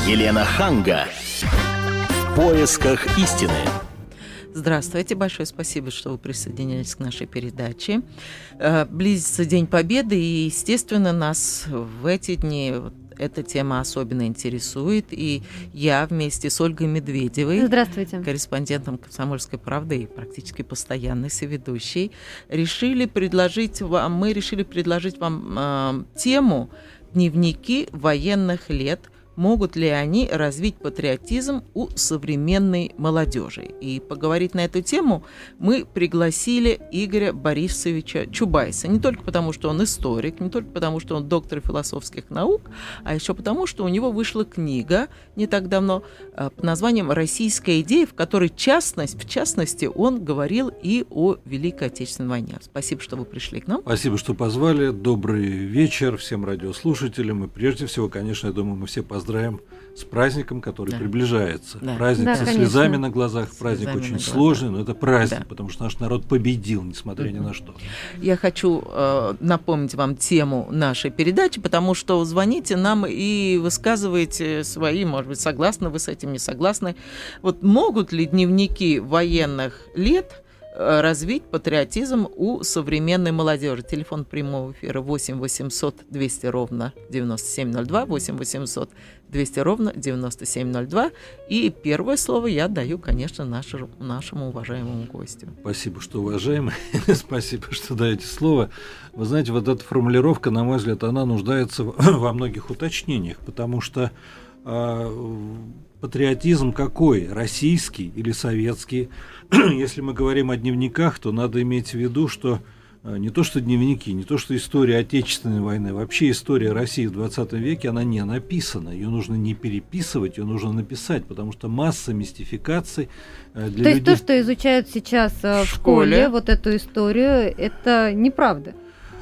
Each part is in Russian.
Елена Ханга. В поисках истины. Здравствуйте, большое спасибо, что вы присоединились к нашей передаче. Близится День Победы, и, естественно, нас в эти дни эта тема особенно интересует. И я вместе с Ольгой Медведевой, корреспондентом «Комсомольской правды» и практически постоянной соведущей, решили предложить вам тему «Дневники военных лет. Могут ли они развить патриотизм у современной молодежи?» И поговорить на эту тему мы пригласили Игоря Борисовича Чубайса. Не только потому, что он историк, не только потому, что он доктор философских наук, а еще потому, что у него вышла книга не так давно под названием «Российская идея», в которой, в частности, он говорил и о Великой Отечественной войне. Спасибо, что вы пришли к нам. Спасибо, что позвали. Добрый вечер всем радиослушателям. И прежде всего, конечно, я думаю, мы все поздравим с праздником, который приближается. Да. Праздник со слезами на глазах, праздник очень сложный, но это праздник, потому что наш народ победил, несмотря ни на что. Я хочу напомнить вам тему нашей передачи, потому что звоните нам и высказываете свои, может быть, согласны вы с этим, не согласны. Вот могут ли дневники военных лет развить патриотизм у современной молодежи? Телефон прямого эфира 8 800 200 ровно 9702, 8 800 200 ровно 9702. И первое слово я даю, конечно, нашему уважаемому гостю. Спасибо, что уважаемый. Спасибо, что даете слово. Вы знаете, вот эта формулировка, на мой взгляд, она нуждается во многих уточнениях, потому что патриотизм какой? Российский или советский? Если мы говорим о дневниках, то надо иметь в виду, что не то что дневники, не то что история Отечественной войны, вообще история России в 20 веке, она не написана. Ее нужно не переписывать, ее нужно написать, потому что масса мистификаций для людей. То есть то, что изучают сейчас в школе, вот эту историю, это неправда?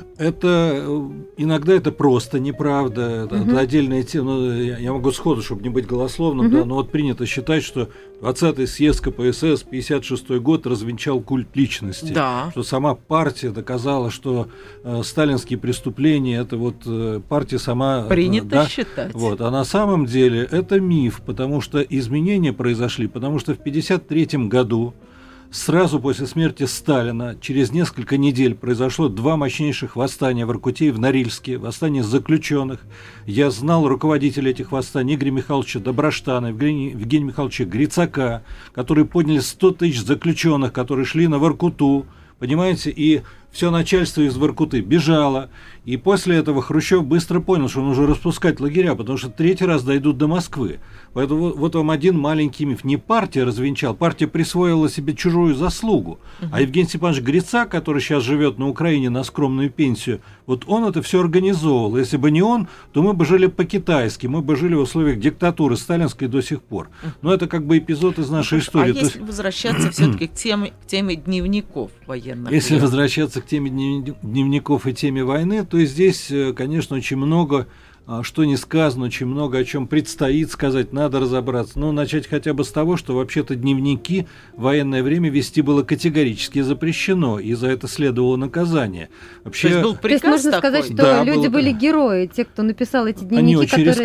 Это иногда это просто неправда, это отдельная тема. Я могу сходу, чтобы не быть голословным, да, но вот принято считать, что 20-й съезд КПСС, 56-й год развенчал культ личности, что сама партия доказала, что сталинские преступления, это вот партия сама принято считать. Вот, а на самом деле это миф, потому что изменения произошли, потому что в 1953 году сразу после смерти Сталина, через несколько недель, произошло два мощнейших восстания в Воркуте и в Норильске, восстания заключенных. Я знал руководителей этих восстаний, Игоря Михайловича Доброштана, Евгения Михайловича Грицака, которые подняли 100 тысяч заключенных, которые шли на Воркуту, понимаете, и все начальство из Воркуты бежало, и после этого Хрущев быстро понял, что нужно распускать лагеря, потому что третий раз дойдут до Москвы. Поэтому вот вам один маленький миф. Не партия развенчала, партия присвоила себе чужую заслугу. А Евгений Степанович Грицак, который сейчас живет на Украине на скромную пенсию, вот он это все организовал. Если бы не он, то мы бы жили по-китайски, мы бы жили в условиях диктатуры сталинской до сих пор. Но это как бы эпизод из нашей истории. А если возвращаться все-таки к теме дневников военных? Если возвращаться к теме дневников и теме войны, то здесь, конечно, очень много, что не сказано, очень много о чем предстоит сказать, надо разобраться. Но начать хотя бы с того, что вообще-то дневники в военное время вести было категорически запрещено, и за это следовало наказание. Вообще, то есть был приказ то есть можно сказать, что люди были герои, те, кто написал эти дневники,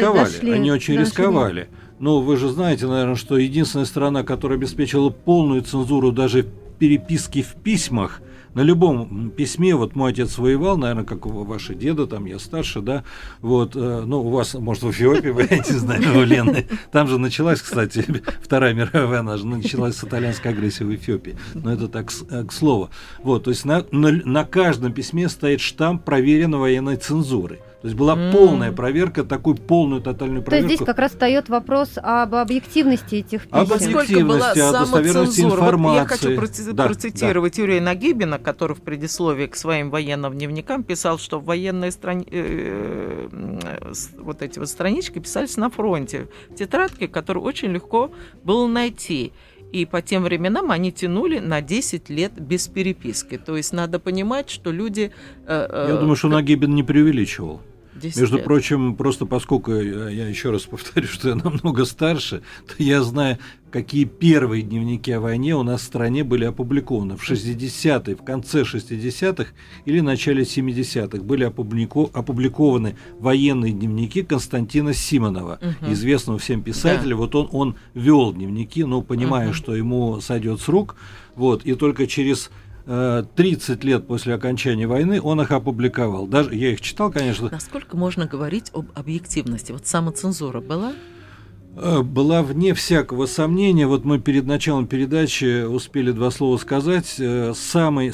они очень рисковали. Но вы же знаете, наверное, что единственная страна, которая обеспечила полную цензуру даже переписки в письмах, на любом письме, вот мой отец воевал, наверное, как у ваши деда, там я старше, да, вот, ну, у вас, может, в Эфиопии, вы, я не знаю, у Лены, там же началась, кстати, Вторая мировая война, же началась с итальянской агрессии в Эфиопии, но это так, к слову. Вот, то есть на каждом письме стоит штамп проверенной военной цензуры. То есть была полная проверка, такую полную тотальную проверку. То есть здесь как раз встает вопрос об объективности этих писем. Об объективности, о достоверности информации. Вот я хочу процитировать Юрия Нагибина, который в предисловии к своим военным дневникам писал, что военные вот эти вот странички писались на фронте, в тетрадке, которую очень легко было найти. И по тем временам они тянули на 10 лет без переписки. То есть надо понимать, что люди... Я думаю, что Нагибин не преувеличивал. Между прочим, просто поскольку я еще раз повторю, что я намного старше, то я знаю, какие первые дневники о войне у нас в стране были опубликованы. В 60-е, в конце 60-х или начале 70-х были опубликованы военные дневники Константина Симонова, известного всем писателя. Да. Вот он вел дневники, но понимая, что ему сойдет с рук, вот, и только через 30 лет после окончания войны он их опубликовал. Даже я их читал, конечно. Насколько можно говорить об объективности? Вот самоцензура была? Была вне всякого сомнения. Вот мы перед началом передачи успели два слова сказать. Самая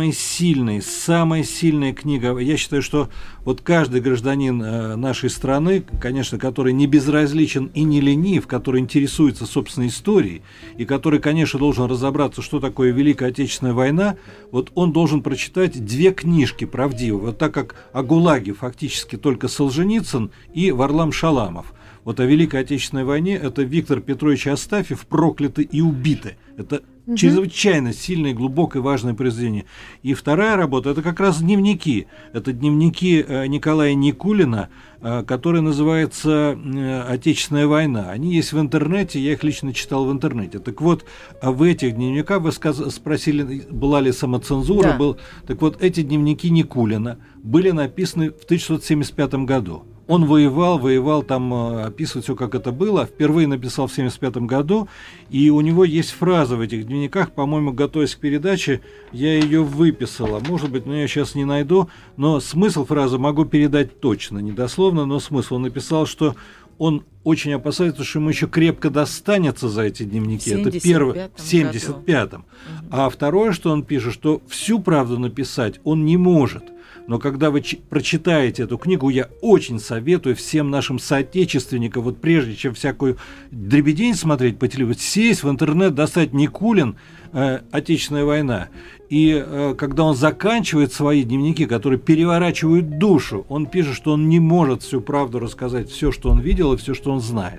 сильная книга. Я считаю, что вот каждый гражданин нашей страны, конечно, который не безразличен и не ленив, который интересуется собственной историей, и который, конечно, должен разобраться, что такое Великая Отечественная война, вот он должен прочитать две книжки правдивые. Вот так как о ГУЛАГе фактически только Солженицын и Варлам Шаламов. Вот о Великой Отечественной войне это Виктор Петрович Астафьев «Прокляты и убиты». Это чрезвычайно сильное, глубокое, важное произведение. И вторая работа – это как раз дневники. Это дневники Николая Никулина, которые называются «Отечественная война». Они есть в интернете, я их лично читал в интернете. Так вот, в этих дневниках, вы спросили, была ли самоцензура, да. Так вот, эти дневники Никулина были написаны в 1975 году. Он воевал, там описывает все, как это было. Впервые написал в 1975 году, и у него есть фраза в этих дневниках, по-моему, готовясь к передаче, я ее выписала. Может быть, но я сейчас не найду, но смысл фразы могу передать точно, не дословно, но смысл. Он написал, что он очень опасается, что ему еще крепко достанется за эти дневники. Это первое, в 1975-м. А второе, что он пишет, что всю правду написать он не может. Но когда вы прочитаете эту книгу, я очень советую всем нашим соотечественникам, вот прежде чем всякую дребедень смотреть по телевизору, сесть в интернет, достать Никулин «Отечественная война». И когда он заканчивает свои дневники, которые переворачивают душу, он пишет, что он не может всю правду рассказать, все, что он видел и все, что он знает.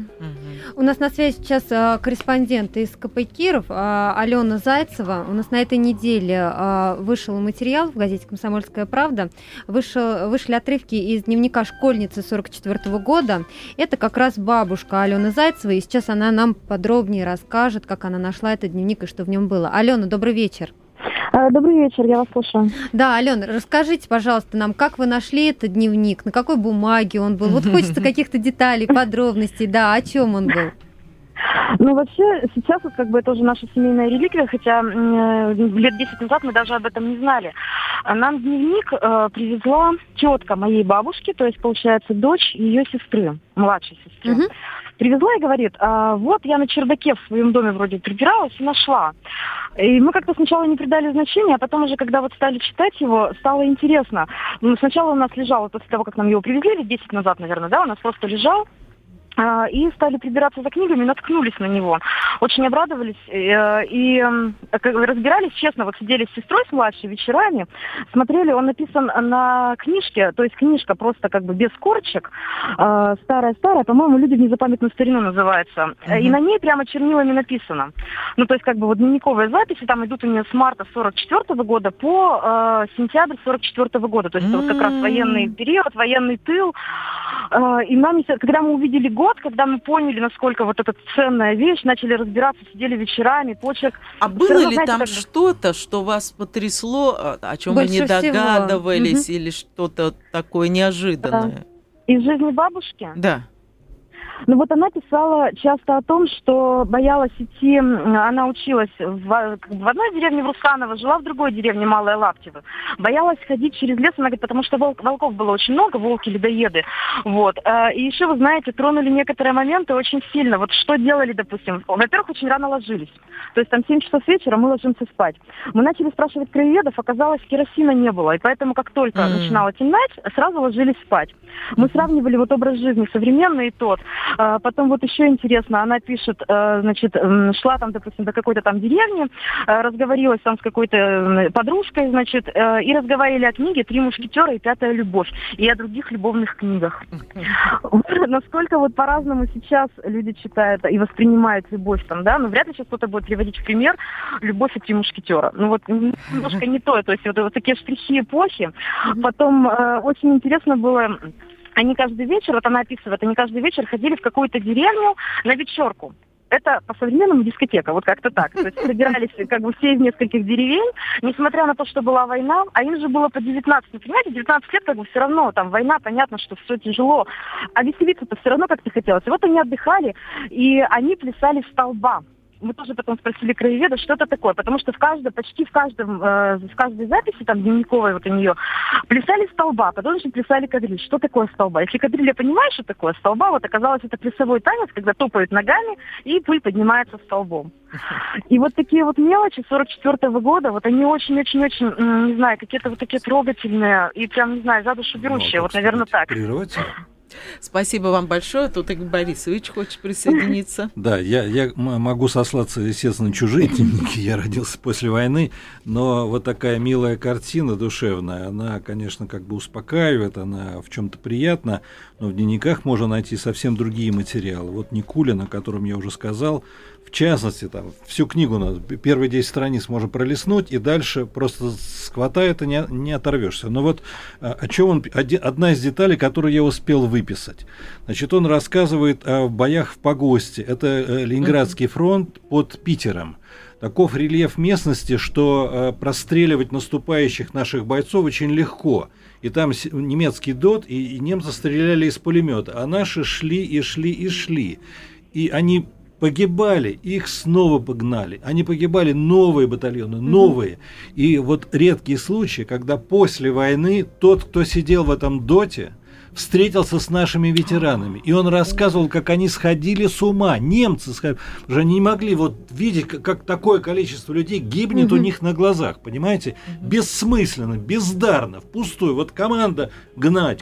У нас на связи сейчас корреспондент из КП Киров Алена Зайцева. У нас на этой неделе вышел материал в газете «Комсомольская правда». Вышли отрывки из дневника школьницы 1944 года. Это как раз бабушка Алены Зайцевой. И сейчас она нам подробнее расскажет, как она нашла этот дневник и что в нем было. Алена, добрый вечер. Добрый вечер, я вас слушаю. Да, Алена, расскажите, пожалуйста, нам, как вы нашли этот дневник, на какой бумаге он был? Вот хочется каких-то деталей, подробностей, да, о чем он был? Ну, вообще, сейчас вот как бы это уже наша семейная реликвия, хотя лет 10 назад мы даже об этом не знали. Нам дневник привезла тетка моей бабушки, то есть, получается, дочь ее сестры, младшей сестры. Привезла и говорит, вот я на чердаке в своем доме вроде прибиралась и нашла. И мы как-то сначала не придали значения, а потом уже, когда вот стали читать его, стало интересно. Сначала у нас лежал, после того, как нам его привезли, лет 10 назад, наверное, да, у нас просто лежал. И стали прибираться за книгами, наткнулись на него. Очень обрадовались и разбирались, честно, вот сидели с сестрой, с младшей вечерами, смотрели, он написан на книжке, то есть книжка просто как бы без корочек, старая-старая, по-моему, «Люди в незапамятную старину» называется. И на ней прямо чернилами написано. Ну, то есть как бы вот дневниковые записи там идут у нее с марта 1944 года по сентябрь 1944 года. То есть это вот как раз военный период, военный тыл. И нам, когда мы увидели год, когда мы поняли, насколько вот эта ценная вещь, начали разбираться, сидели вечерами, почерк. А было ли там что-то, что вас потрясло, о чем вы не догадывались, или что-то такое неожиданное? Из жизни бабушки? Да. Ну вот она писала часто о том, что боялась идти, она училась в одной деревне в Русаново, жила в другой деревне, Малая Лаптево. Боялась ходить через лес, она говорит, потому что волков было очень много, волки-людоеды. Вот. И еще, вы знаете, тронули некоторые моменты очень сильно. Вот что делали, допустим. Во-первых, очень рано ложились. То есть там 7 часов вечера мы ложимся спать. Мы начали спрашивать краеведов, оказалось, керосина не было. И поэтому, как только начинало темнеть, сразу ложились спать. Мы сравнивали вот образ жизни современный и тот. Потом вот еще интересно, она пишет, значит, шла там, допустим, до какой-то там деревни, разговорилась там с какой-то подружкой, значит, и разговаривали о книге «Три мушкетера» и «Пятая любовь», и о других любовных книгах. Насколько вот по-разному сейчас люди читают и воспринимают любовь там, да, ну вряд ли сейчас кто-то будет приводить в пример «Любовь и 3 мушкетера». Ну вот немножко не то, то есть вот такие штрихи эпохи. Потом очень интересно было, они каждый вечер, вот она описывает, они каждый вечер ходили в какую-то деревню на вечерку. Это по-современному дискотека, вот как-то так. То есть собирались как бы все из нескольких деревень, несмотря на то, что была война, а им же было по 19. Ну, понимаете, 19 лет как бы все равно, там война, понятно, что все тяжело, а веселиться-то все равно как-то хотелось. И вот они отдыхали, и они плясали в столба. Мы тоже потом спросили краеведа, что это такое, потому что почти в каждой записи, там, дневниковой вот у нее, плясали столба, потом еще плясали кадриль. Что такое столба? Если кадриль, я понимаю, что такое столба, вот оказалось, это плясовой танец, когда топают ногами, и пыль поднимается столбом. И вот такие вот мелочи 44-го года, вот они очень-очень-очень, не знаю, какие-то вот такие трогательные, и прям, не знаю, за душу берущие, вот, наверное, так. Спасибо вам большое. Тут Игорь Борисович хочет присоединиться. Да, я могу сослаться, естественно, на чужие дневники. Я родился после войны, но вот такая милая картина душевная, она, конечно, как бы успокаивает, она в чем-то приятна, но в дневниках можно найти совсем другие материалы. Вот Никулин, о котором я уже сказал, в частности, там всю книгу надо, первые 10 страниц можно пролистнуть, и дальше просто схватает и не оторвешься. Но вот о чем он, одна из деталей, которую я успел выписать. Значит, он рассказывает о боях в Погосте. Это Ленинградский фронт под Питером. Таков рельеф местности, что простреливать наступающих наших бойцов очень легко. И там немецкий ДОТ, и немцы стреляли из пулемета, а наши шли и шли и шли. И они погибали, их снова погнали. Они погибали, новые батальоны, новые. И вот редкие случаи, когда после войны тот, кто сидел в этом ДОТе, встретился с нашими ветеранами. И он рассказывал, как они сходили с ума. Немцы сходили. Потому что они не могли вот видеть, как такое количество людей гибнет у них на глазах. Понимаете? Бессмысленно, бездарно, впустую. Вот команда гнать.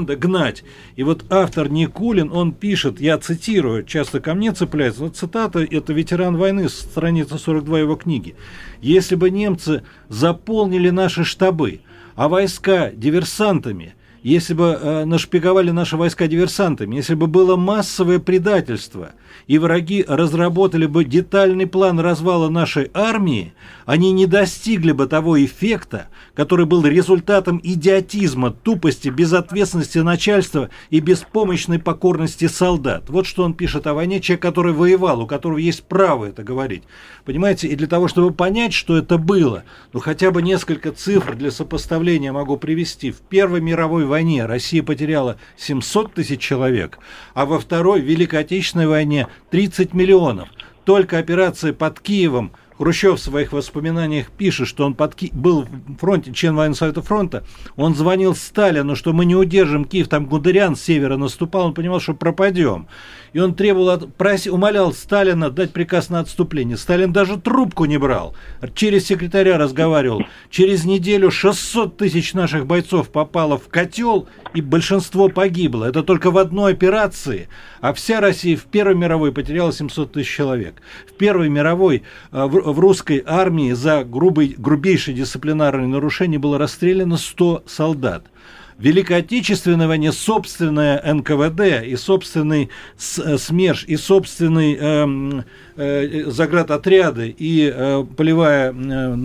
И вот автор Никулин, он пишет, я цитирую, часто ко мне цепляется, вот цитата, это ветеран войны, страница 42 его книги. «Если бы немцы заполнили наши штабы, а войска диверсантами, если бы нашпиговали наши войска диверсантами, если бы было массовое предательство, и враги разработали бы детальный план развала нашей армии, они не достигли бы того эффекта, который был результатом идиотизма, тупости, безответственности начальства и беспомощной покорности солдат». Вот что он пишет о войне, человек, который воевал, у которого есть право это говорить. Понимаете, и для того, чтобы понять, что это было, ну хотя бы несколько цифр для сопоставления могу привести. В Первой мировой войне Россия потеряла 700 тысяч человек, а во Второй Великой Отечественной войне 30 миллионов. Только операция под Киевом, Хрущев в своих воспоминаниях пишет, что он был в фронте, член военного совета фронта, он звонил Сталину, что мы не удержим Киев, там Гудериан с севера наступал, он понимал, что пропадем. И он умолял Сталина дать приказ на отступление. Сталин даже трубку не брал. Через секретаря разговаривал. Через неделю 600 тысяч наших бойцов попало в котел, и большинство погибло. Это только в одной операции. А вся Россия в Первой мировой потеряла 700 тысяч человек. В Первой мировой в русской армии за грубейшие дисциплинарные нарушения было расстреляно 100 солдат. В Великой Отечественной войне собственное НКВД и собственный СМЕРШ, и собственный заградотряды, и полевая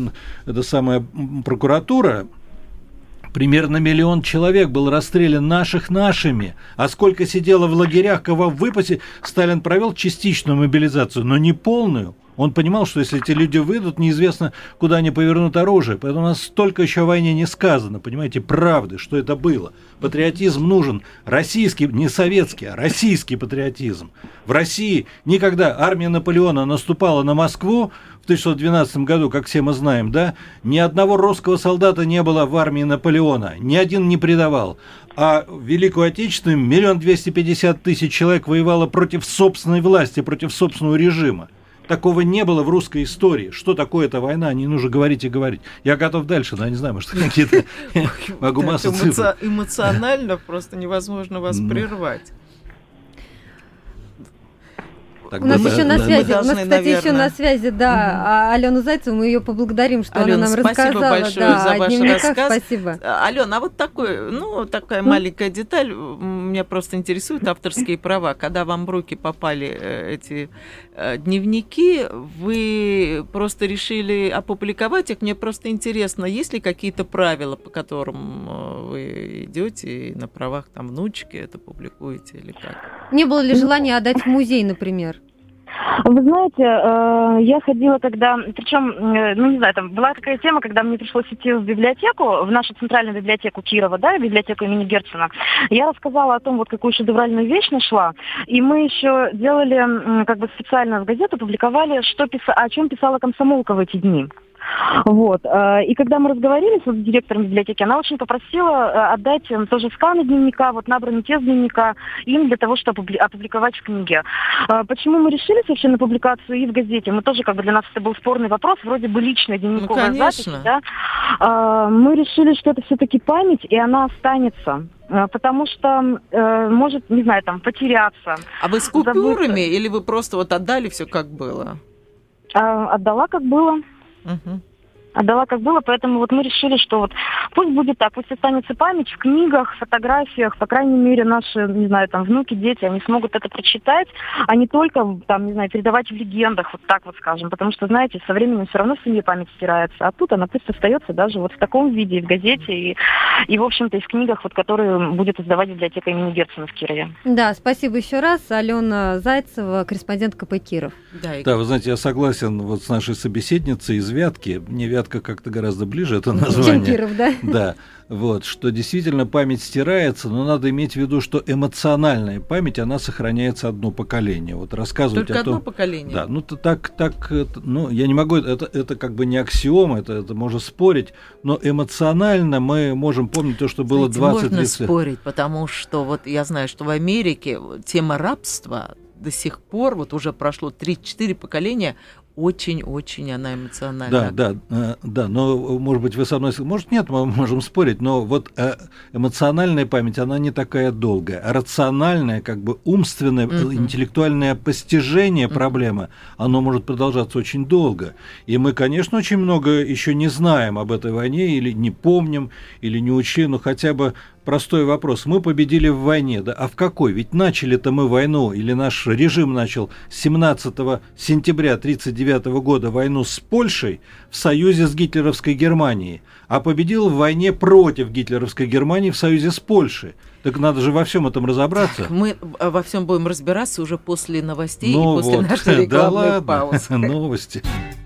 прокуратура, примерно 1 миллион человек был расстрелян нашими. А сколько сидело в лагерях, кого выпустили, Сталин провел частичную мобилизацию, но не полную. Он понимал, что если эти люди выйдут, неизвестно, куда они повернут оружие. Поэтому у нас столько еще о войне не сказано, понимаете, правды, что это было. Патриотизм нужен. Российский, не советский, а российский патриотизм. В России никогда армия Наполеона наступала на Москву в 1612 году, как все мы знаем, да, ни одного русского солдата не было в армии Наполеона, ни один не предавал. А в Великую Отечественную 1 250 000 человек воевало против собственной власти, против собственного режима. Такого не было в русской истории. Что такое эта война? Не нужно говорить и говорить. Я готов дальше, но я не знаю, может, какие-то... Могу массу цифр. Эмоционально просто невозможно вас прервать. У нас еще на связи, у нас, кстати, наверное... еще на связи, да, Алена Зайцева, мы ее поблагодарим, что Алена, она нам рассказала. большое да, за ваш рассказ. Спасибо. Алена, а вот такая маленькая деталь меня просто интересует, авторские права. Когда вам в руки попали эти дневники, вы просто решили опубликовать их? Мне просто интересно, есть ли какие-то правила, по которым вы идете и на правах там внучки это публикуете или как? Не было ли желания отдать в музей, например? Вы знаете, я ходила тогда, причем, не знаю, там была такая тема, когда мне пришлось идти в библиотеку, в нашу центральную библиотеку Кирова, да, библиотеку имени Герцена. Я рассказала о том, вот какую шедевральную вещь нашла, и мы еще делали, как бы специально в газету публиковали, о чем писала комсомолка в эти дни. Вот. И когда мы разговаривали с директором библиотеки, она очень попросила отдать тоже сканы дневника, вот набранный текст дневника им для того, чтобы опубликовать в книге. Почему мы решились вообще на публикацию и в газете? Мы тоже, как бы для нас это был спорный вопрос, вроде бы личная дневниковая запись. Да? Мы решили, что это все-таки память, и она останется. Потому что может, не знаю, там, потеряться. А вы с купюрами или вы просто вот отдали все как было? Отдала как было. Угу. Отдала как было, поэтому вот мы решили, что вот пусть будет так, пусть останется память в книгах, фотографиях, по крайней мере, наши, не знаю, там, внуки, дети, они смогут это прочитать, а не только, там, не знаю, передавать в легендах, вот так вот скажем, потому что, знаете, со временем все равно в семье память стирается, а тут она пусть остается даже вот в таком виде, и в газете, и в общем-то, и в книгах, вот, которые будет издавать библиотека имени Герцена в Кирове. Да, спасибо еще раз. Алена Зайцева, корреспондент КП Киров. Да, вы знаете, я согласен вот с нашей собеседницей из Вятки. Мне Вятка как-то гораздо ближе, это название. Чем Киров, да? Да, вот, что действительно память стирается, но надо иметь в виду, что эмоциональная память, она сохраняется одно поколение. Вот рассказывать только о том... одно поколение? Да, я не могу, это как бы не аксиома, это можно спорить, но эмоционально мы можем помнить то, что было 20 лет. Можно спорить, потому что вот я знаю, что в Америке тема рабства до сих пор, вот уже прошло 3-4 поколения, очень-очень она эмоциональна. Да, но, может быть, вы со мной... Может, нет, мы можем спорить, но вот эмоциональная память, она не такая долгая. А рациональная, как бы умственное, интеллектуальное постижение проблемы, оно может продолжаться очень долго. И мы, конечно, очень много еще не знаем об этой войне, или не помним, или не учили, но хотя бы простой вопрос. Мы победили в войне, да? А в какой? Ведь начали-то мы войну, или наш режим начал 17 сентября 1939 года войну с Польшей в союзе с гитлеровской Германией, а победил в войне против гитлеровской Германии в союзе с Польшей. Так надо же во всем этом разобраться. Так, мы во всем будем разбираться уже после новостей и после нашей рекламной паузы. Новости.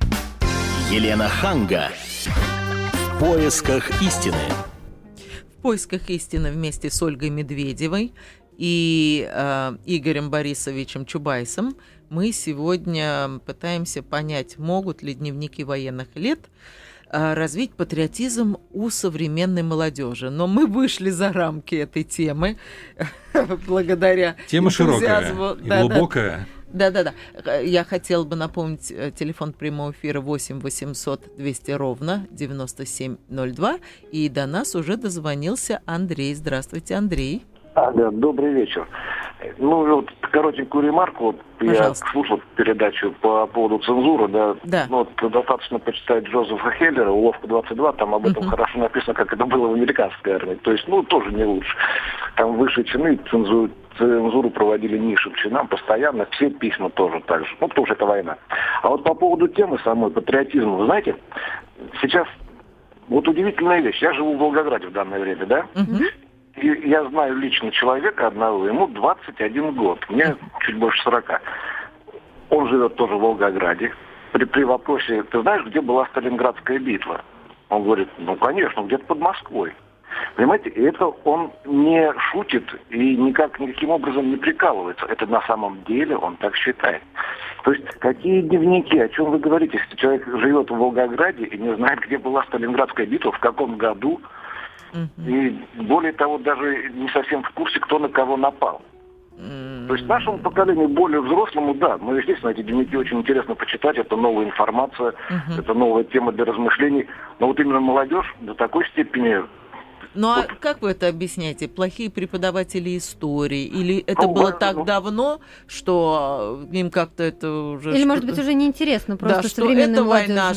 Елена Ханга. В поисках истины. В поисках истины вместе с Ольгой Медведевой и Игорем Борисовичем Чубайсом мы сегодня пытаемся понять, могут ли дневники военных лет развить патриотизм у современной молодежи. Но мы вышли за рамки этой темы благодаря тема энтузиазму. Широкая и глубокая. Да. Я хотела бы напомнить телефон прямого эфира 8 800 200 ровно 9702. И до нас уже дозвонился Андрей. Здравствуйте, Андрей. Да, добрый вечер. Вот коротенькую ремарку. Вот я слушал передачу по поводу цензуры, да. Вот достаточно почитать Джозефа Хеллера, «Уловка 22», там об этом хорошо написано, как это было в американской армии. То есть, тоже не лучше. Там высшие чины цензуру проводили низшим чинам постоянно, все письма тоже так же. Потому что это война. А вот по поводу темы самой, патриотизма, вы знаете, сейчас вот удивительная вещь. Я живу в Волгограде в данное время, да? И я знаю лично человека одного, ему 21 год, мне чуть больше 40. Он живет тоже в Волгограде. При вопросе, ты знаешь, где была Сталинградская битва? Он говорит, конечно, где-то под Москвой. Понимаете, это он не шутит и никаким образом не прикалывается. Это на самом деле он так считает. То есть, какие дневники, о чем вы говорите, если человек живет в Волгограде и не знает, где была Сталинградская битва, в каком году, и более того, даже не совсем в курсе, кто на кого напал. То есть нашему поколению, более взрослому, да, мы, естественно, эти дневники очень интересно почитать, это новая информация, это новая тема для размышлений, но вот именно молодежь до такой степени Ну а как вы это объясняете? Плохие преподаватели истории? Или это было так давно, что им как-то это уже... Или, может быть, уже неинтересно просто да, современной что молодежи? это война,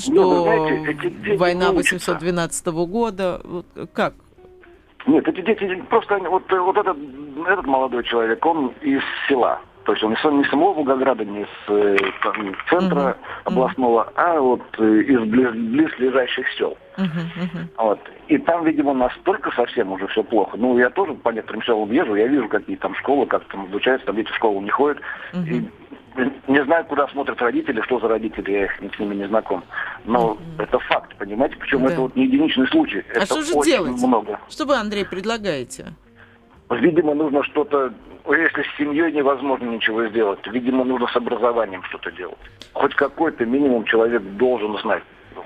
что война 812 года. Как? Нет, эти дети просто... Вот этот молодой человек, он из села. То есть он не с самого Волгограда, не с центра областного, а вот из близлежащих сел. Вот. И там, видимо, настолько совсем уже все плохо. Ну, я тоже по некоторым селам езжу, я вижу, какие там школы, как там обучаются, там дети в школу не ходят. И не знаю, куда смотрят родители, что за родители, я с ними не знаком. Но это факт, понимаете? Причем это вот не единичный случай. А это что же очень делать? много. Что вы, Андрей, предлагаете? Видимо, нужно что-то... Если с семьей невозможно ничего сделать, то, видимо, нужно с образованием что-то делать. Хоть какой-то минимум человек должен знать.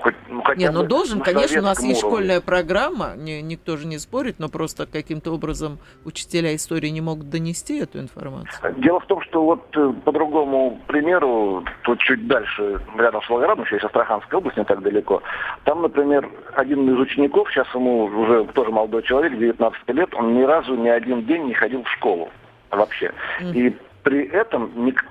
Должен, конечно, у нас есть школьная программа, никто же не спорит, но просто каким-то образом учителя истории не могут донести эту информацию. Дело в том, что вот по другому примеру, тут чуть дальше, рядом с Волгоградом, еще есть Астраханская область, не так далеко, там, например, один из учеников, сейчас ему уже тоже молодой человек, 19 лет, он ни разу ни один день не ходил в школу вообще. И при этом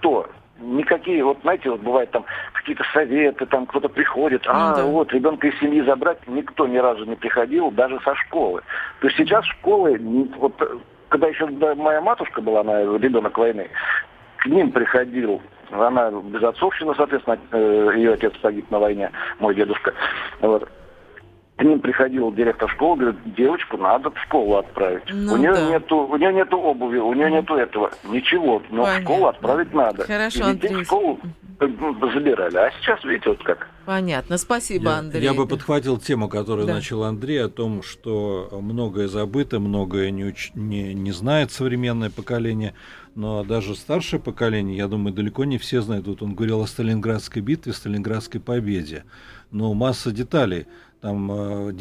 никакие, вот знаете, вот бывает там какие-то советы, там кто-то приходит, вот ребенка из семьи забрать, никто ни разу не приходил, даже со школы. То есть сейчас школы, вот когда еще моя матушка была, она ребенок войны, к ним приходил, она безотцовщина, соответственно, ее отец погиб на войне, мой дедушка, вот. К ним приходил директор школы, говорит, девочку надо в школу отправить. У нее нету обуви, у нее нету этого. Ничего, но в школу отправить надо. Хорошо, и детей в школу забирали. А сейчас, видите, вот как. Понятно. Спасибо, Андрей. Я бы подхватил тему, которую начал Андрей, о том, что многое забыто, многое не знает современное поколение, но даже старшее поколение, я думаю, далеко не все знают. Вот он говорил о Сталинградской битве, Сталинградской победе. Но масса деталей. Там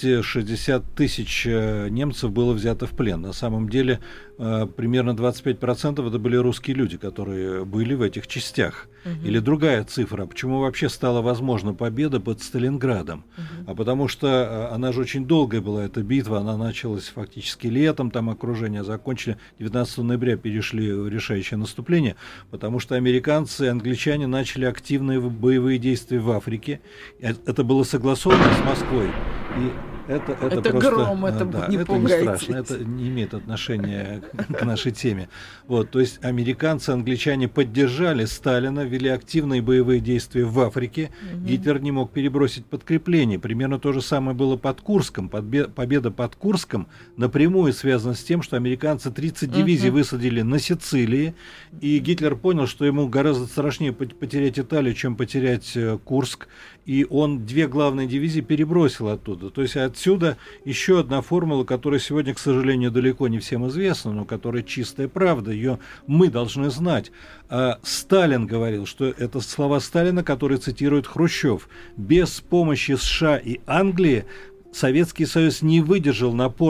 260 тысяч немцев было взято в плен. На самом деле примерно 25% это были русские люди, которые были в этих частях. Или другая цифра. Почему вообще стала возможна победа под Сталинградом? А потому что она же очень долгая была, эта битва. Она началась фактически летом, там окружение закончили. 19 ноября перешли в решающее наступление, потому что американцы и англичане начали активные боевые действия в Африке. Это было согласовано с Москвой. И это просто, гром, это не пугайте. Страшно, это не имеет отношения к нашей теме. Вот, то есть американцы, англичане поддержали Сталина, вели активные боевые действия в Африке. Гитлер не мог перебросить подкрепление. Примерно то же самое было под Курском. Победа под Курском напрямую связана с тем, что американцы 30 дивизий высадили на Сицилии, и Гитлер понял, что ему гораздо страшнее потерять Италию, чем потерять Курск, и он 2 главные дивизии перебросил оттуда. То есть отсюда еще одна формула, которая сегодня, к сожалению, далеко не всем известна, но которая чистая правда, ее мы должны знать. Сталин говорил, что это слова Сталина, которые цитирует Хрущев. Без помощи США и Англии Советский Союз не выдержал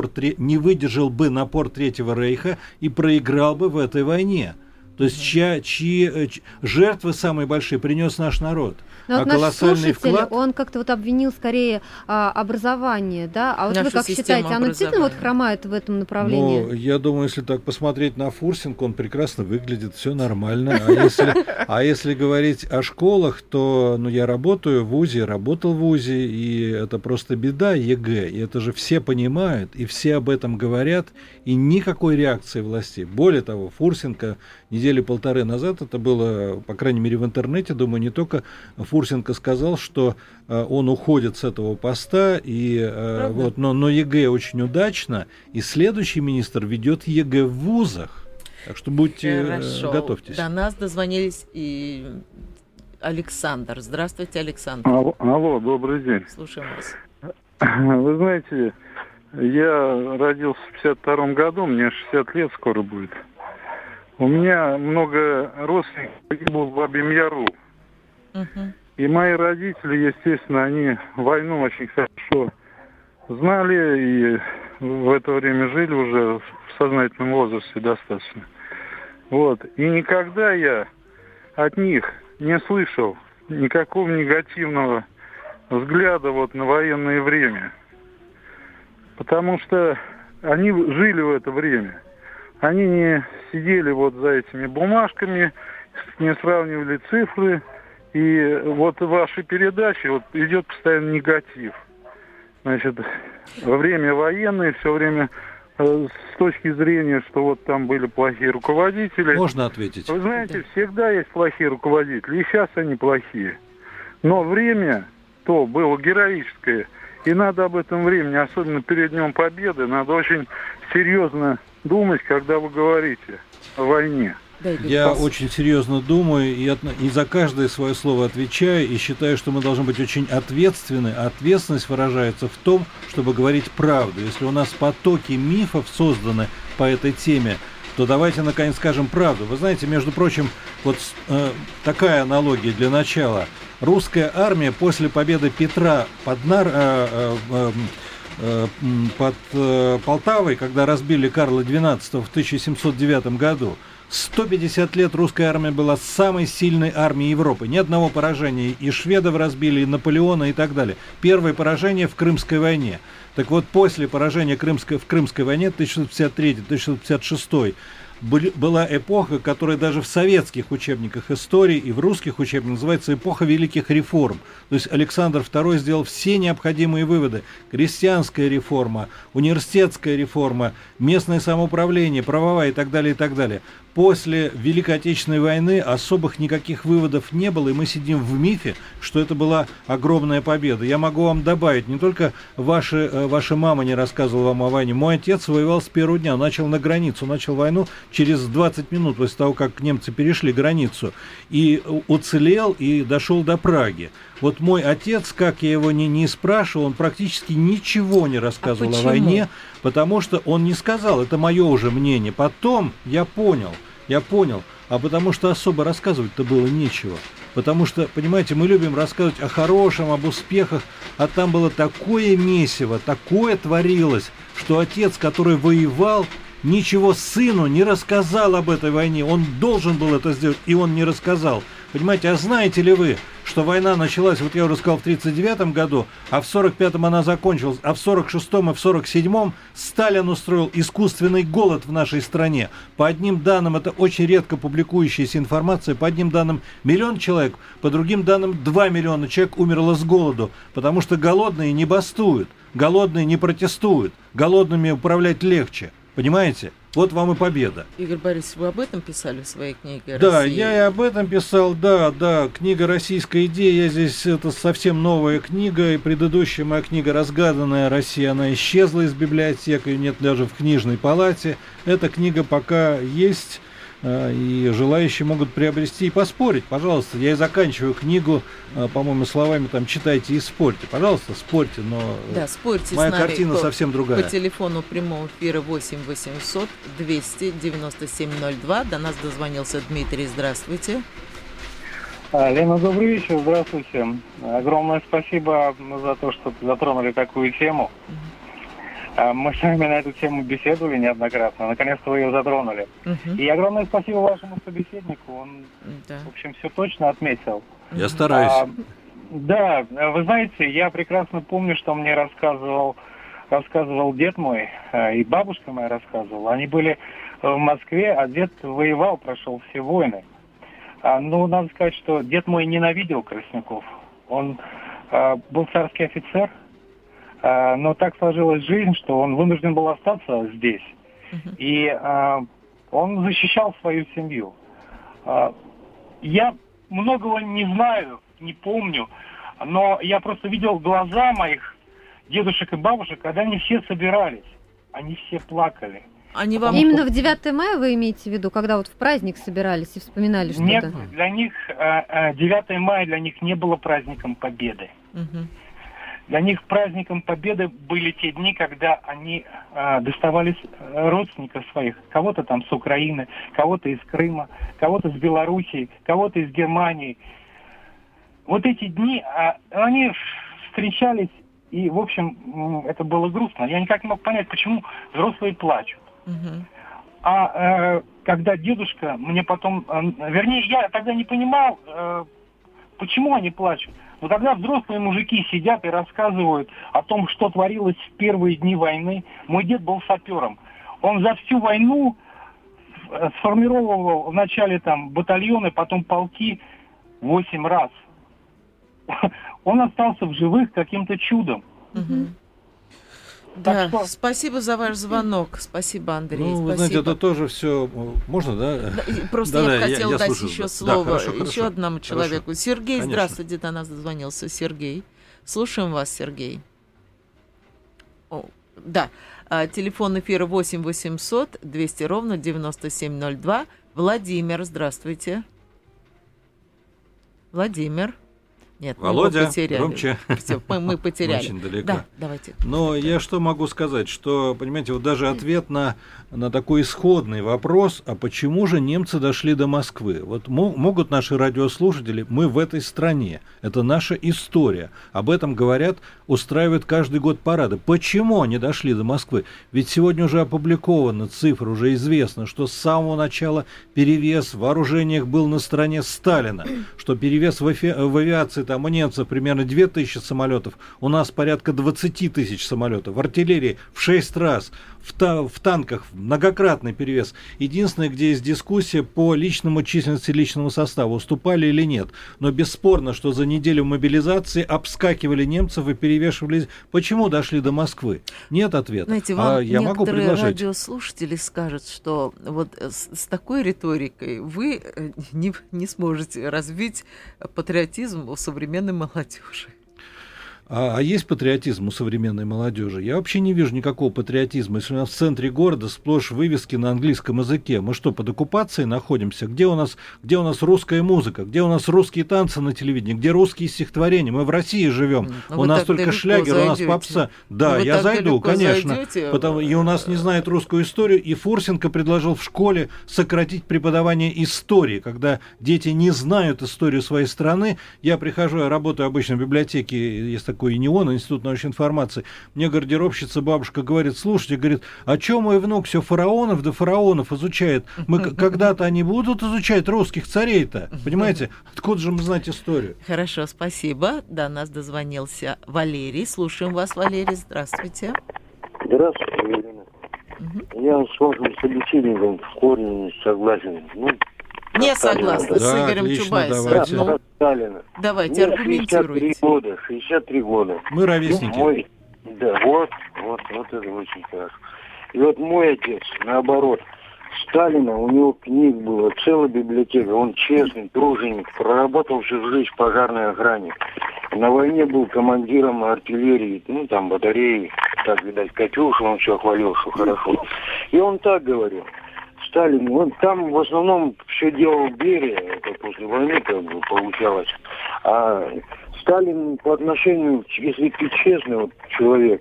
бы напор Третьего Рейха и проиграл бы в этой войне. То есть чьи жертвы самые большие принес наш народ. Но вот наш слушатель, он как-то вот обвинил скорее образование, да? А вот вы как считаете, оно действительно вот хромает в этом направлении? Ну, я думаю, если так посмотреть на Фурсенко, он прекрасно выглядит, все нормально. А если говорить о школах, то я работал в ВУЗе, и это просто беда ЕГЭ. И это же все понимают, и все об этом говорят, и никакой реакции властей. Более того, Фурсенко недели 1.5 назад, это было, по крайней мере, в интернете, думаю, не только Фурсенко сказал, что он уходит с этого поста, но ЕГЭ очень удачно, и следующий министр ведет ЕГЭ в вузах. Так что готовьтесь. До нас дозвонились и Александр. Здравствуйте, Александр. Алло, добрый день. Слушаем вас. Вы знаете, я родился в 52 году, мне 60 лет скоро будет. У меня много родственников погибло в Бабьем Яру. И мои родители, естественно, они войну очень хорошо знали и в это время жили уже в сознательном возрасте достаточно. Вот. И никогда я от них не слышал никакого негативного взгляда на военное время. потому что они жили в это время. Они не сидели вот за этими бумажками, не сравнивали цифры. И вот в вашей передаче вот идет постоянно негатив. Значит, во время военное, все время с точки зрения, что вот там были плохие руководители. Можно ответить? Вы знаете, всегда есть плохие руководители, и сейчас они плохие. Но время то было героическое, и надо об этом времени, особенно перед Днем Победы, надо очень серьезно думать, когда вы говорите о войне. Я очень серьезно думаю и за каждое свое слово отвечаю, и считаю, что мы должны быть очень ответственны. Ответственность выражается в том, чтобы говорить правду. Если у нас потоки мифов созданы по этой теме, то давайте наконец скажем правду. Вы знаете, между прочим, вот такая аналогия для начала. Русская армия после победы Петра под Полтавой, когда разбили Карла XII в 1709 году, 150 лет русская армия была самой сильной армией Европы. Ни одного поражения. И шведов разбили, и Наполеона, и так далее. Первое поражение в Крымской войне. Так вот, после поражения в Крымской войне 1653-1656 была эпоха, которая даже в советских учебниках истории и в русских учебниках называется эпоха великих реформ. То есть Александр II сделал все необходимые выводы. Крестьянская реформа, университетская реформа, местное самоуправление, правовая и так далее, и так далее. После Великой Отечественной войны особых никаких выводов не было, и мы сидим в мифе, что это была огромная победа. Я могу вам добавить, не только ваша мама не рассказывала вам о войне. Мой отец воевал с первого дня, начал на границу, начал войну через 20 минут после того, как немцы перешли границу, и уцелел, и дошел до Праги. Вот мой отец, как я его не спрашивал, он практически ничего не рассказывал о войне, потому что он не сказал, это мое уже мнение. Потом я понял, а потому что особо рассказывать-то было нечего. Потому что, понимаете, мы любим рассказывать о хорошем, об успехах, а там было такое месиво, такое творилось, что отец, который воевал, ничего сыну не рассказал об этой войне. Он должен был это сделать, и он не рассказал. Понимаете, а знаете ли вы, что война началась, вот я уже сказал, в 1939 году, а в 1945 она закончилась, а в 1946 и в 1947 Сталин устроил искусственный голод в нашей стране. По одним данным, это очень редко публикующаяся информация, по одним данным 1 миллион человек, по другим данным 2 миллиона человек умерло с голоду, потому что голодные не бастуют, голодные не протестуют, голодными управлять легче. Понимаете? Вот вам и победа. Игорь Борисович, вы об этом писали в своей книге? Да, я и об этом писал, да. Книга «Российская идея». Я здесь, это совсем новая книга, и предыдущая моя книга «Разгаданная Россия», она исчезла из библиотеки, ее нет даже в книжной палате. Эта книга пока есть, и желающие могут приобрести и поспорить. Пожалуйста, я и заканчиваю книгу, по-моему, словами там «читайте и спорьте». Пожалуйста, спорьте, но да, спорьте моя с нами картина совсем другая. По телефону прямого эфира 8 800 297 02. До нас дозвонился Дмитрий. Здравствуйте. Лена, добрый вечер, здравствуйте. Огромное спасибо за то, что затронули такую тему. Мы с вами на эту тему беседовали неоднократно. Наконец-то вы ее затронули. И огромное спасибо вашему собеседнику. Он, в общем, все точно отметил. Я стараюсь. Да, вы знаете, я прекрасно помню, что мне рассказывал дед мой, и бабушка моя рассказывала. Они были в Москве, а дед воевал, прошел все войны. Ну, надо сказать, что дед мой ненавидел красников. Он был царский офицер, но так сложилась жизнь, что он вынужден был остаться здесь. И он защищал свою семью. Я многого не знаю, не помню, но я просто видел глаза моих дедушек и бабушек, когда они все собирались. Они все плакали. Они вам... Именно в 9 мая вы имеете в виду, когда вот в праздник собирались и вспоминали что-то? Нет, для них 9 мая для них не было праздником Победы. Для них праздником Победы были те дни, когда они доставали родственников своих. Кого-то там с Украины, кого-то из Крыма, кого-то с Белоруссии, кого-то из Германии. Вот эти дни, они встречались, и, в общем, это было грустно. Я никак не мог понять, почему взрослые плачут. Когда дедушка мне потом... Вернее, я тогда не понимал... Почему они плачут? Но когда взрослые мужики сидят и рассказывают о том, что творилось в первые дни войны, мой дед был сапером. Он за всю войну сформировал вначале там батальоны, потом полки 8 раз. Он остался в живых каким-то чудом. Угу. Да, что... спасибо за ваш звонок. Спасибо, Андрей. Ну, спасибо. Вы знаете, это тоже все можно, да? Просто я хотела дать еще слово хорошо, одному человеку. Хорошо. Сергей, Конечно. здравствуйте, до нас дозвонился Сергей. Слушаем вас, Сергей. Да, телефон эфира 8 800 200 ровно 9702. Владимир, здравствуйте. Владимир. Нет, Володя, мы потеряли. громче. Все, мы потеряли. Очень далеко. Да, давайте. Но я что могу сказать, что, понимаете, вот даже ответ на такой исходный вопрос, а почему же немцы дошли до Москвы? Вот могут наши радиослушатели, мы в этой стране, это наша история, об этом говорят, устраивают каждый год парады. Почему они дошли до Москвы? Ведь сегодня уже опубликована цифра, уже известно, что с самого начала перевес в вооружениях был на стороне Сталина, что перевес в авиации там у немцев примерно 2000 самолетов, у нас порядка 20 тысяч самолетов, в артиллерии в 6 раз, в танках многократный перевес. Единственное, где есть дискуссия по личному численности личного состава, уступали или нет. Но бесспорно, что за неделю мобилизации обскакивали немцев и перевешивали. Почему дошли до Москвы? Нет ответа. Знаете, вам я могу некоторые предложить. радиослушатели скажут, что вот с такой риторикой вы не сможете развить патриотизм у современной молодежи. А есть патриотизм у современной молодежи? Я вообще не вижу никакого патриотизма. Если у нас в центре города сплошь вывески на английском языке, мы что, под оккупацией находимся? Где у нас русская музыка? Где у нас русские танцы на телевидении? Где русские стихотворения? Мы в России живем. У нас только шлягер, у нас попса. Да, я зайду, конечно. И у нас не знают русскую историю. И Фурсенко предложил в школе сократить преподавание истории. Когда дети не знают историю своей страны, я прихожу, я работаю обычно в библиотеке, есть такой ИНИОН, Институт научной информации. Мне гардеробщица, бабушка говорит, слушайте, говорит, а чё мой внук все фараонов да фараонов изучает? Когда-то они будут изучать русских царей-то? Понимаете? Откуда же мы знать историю? Хорошо, спасибо. До нас дозвонился Валерий. Слушаем вас, Валерий. Здравствуйте. Здравствуйте, Елена. Я с вашим собеседником в корне не согласен. Не согласна с Игорем Чубайсом. Давайте, аргументируйте. 63 года. Мы ровесники. Да, вот это очень хорошо. И вот мой отец, наоборот, Сталина, у него книг было, целая библиотека, он честный, труженик, проработал всю жизнь в пожарной охране. На войне был командиром артиллерии, там батареи, так, видать, Катюша, он все хвалил, что хорошо. И он так говорил. Сталин, он там в основном все делал Берия, это после войны как бы получалось. А Сталин по отношению, если ты честный человек,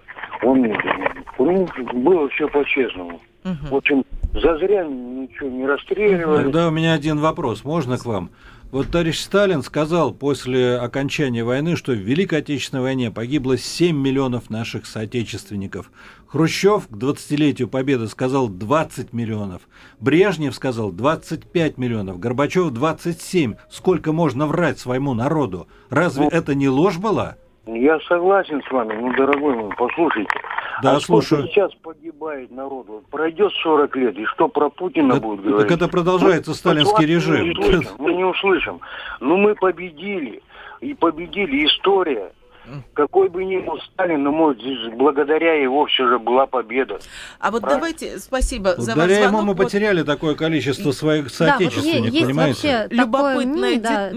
было все по-честному. В общем, зазря ничего не расстреливали. Тогда у меня один вопрос, можно к вам? Вот товарищ Сталин сказал после окончания войны, что в Великой Отечественной войне погибло 7 миллионов наших соотечественников. Хрущев к 20-летию Победы сказал 20 миллионов. Брежнев сказал 25 миллионов. Горбачев 27. Сколько можно врать своему народу? Разве это не ложь была? Я согласен с вами, дорогой мой, послушайте. Да, слушаю. Сейчас погибает народ. Вот пройдет 40 лет, и что про Путина будет говорить? Так это продолжается сталинский режим. Мы не услышим. Но мы победили. И победили. История. Какой бы ни был Сталин, но благодаря его все же была победа. А вот давайте, спасибо за ваш звонок. Благодаря ему мы потеряли такое количество своих соотечественников, есть понимаете? Любопытное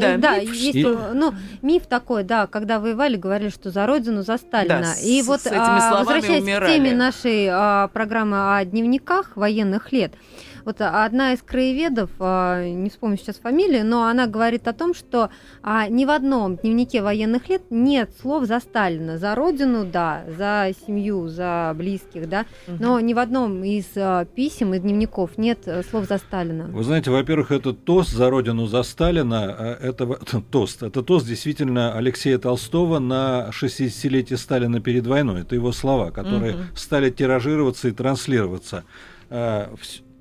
миф такой, да, когда воевали, говорили, что за родину, за Сталина. Да, и вот, возвращаясь к теме нашей программы о дневниках военных лет, вот одна из краеведов, не вспомню сейчас фамилию, но она говорит о том, что ни в одном дневнике военных лет нет слов за Сталина. За родину, да, за семью, за близких, да, но ни в одном из писем и дневников нет слов за Сталина. Вы знаете, во-первых, этот тост за родину, за Сталина, это тост действительно Алексея Толстого на 60-летие Сталина перед войной. Это его слова, которые стали тиражироваться и транслироваться.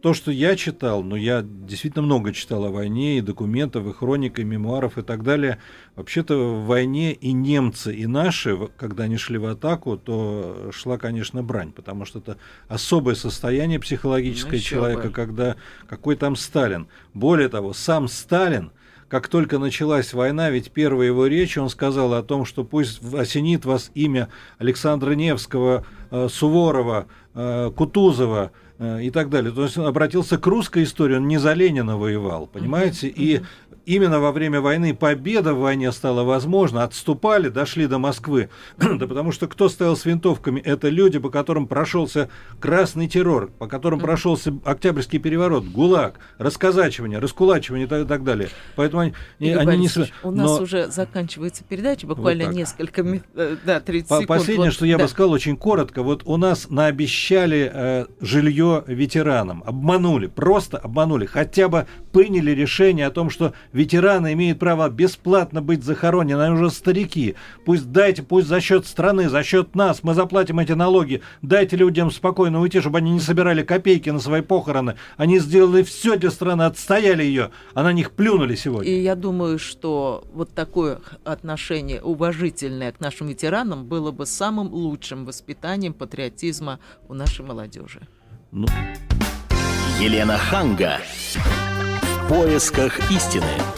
то, что я читал, но я действительно много читал о войне, и документов, и хроник, и мемуаров, и так далее. Вообще-то в войне и немцы, и наши, когда они шли в атаку, то шла, конечно, брань, потому что это особое состояние психологическое человека, когда какой там Сталин. Более того, сам Сталин, как только началась война, ведь первая его речь, он сказал о том, что пусть осенит вас имя Александра Невского, Суворова, Кутузова и так далее. То есть он обратился к русской истории, он не за Ленина воевал, понимаете? И именно во время войны победа в войне стала возможна, отступали, дошли до Москвы. Да потому что кто стоял с винтовками? Это люди, по которым прошелся красный террор, по которым прошелся Октябрьский переворот, ГУЛАГ, расказачивание, раскулачивание и так далее. Поэтому они не... У нас уже заканчивается передача, буквально вот несколько минут, 30 секунд. Последнее, что я бы сказал очень коротко, вот у нас наобещали жилье ветеранам, обманули, просто обманули, хотя бы приняли решение о том, что ветераны имеют право бесплатно быть захоронены, они уже старики. Пусть за счет страны, за счет нас, мы заплатим эти налоги. Дайте людям спокойно уйти, чтобы они не собирали копейки на свои похороны. Они сделали все для страны, отстояли ее, а на них плюнули сегодня. И я думаю, что вот такое отношение уважительное к нашим ветеранам было бы самым лучшим воспитанием патриотизма у нашей молодежи. Елена Ханга. В поисках истины.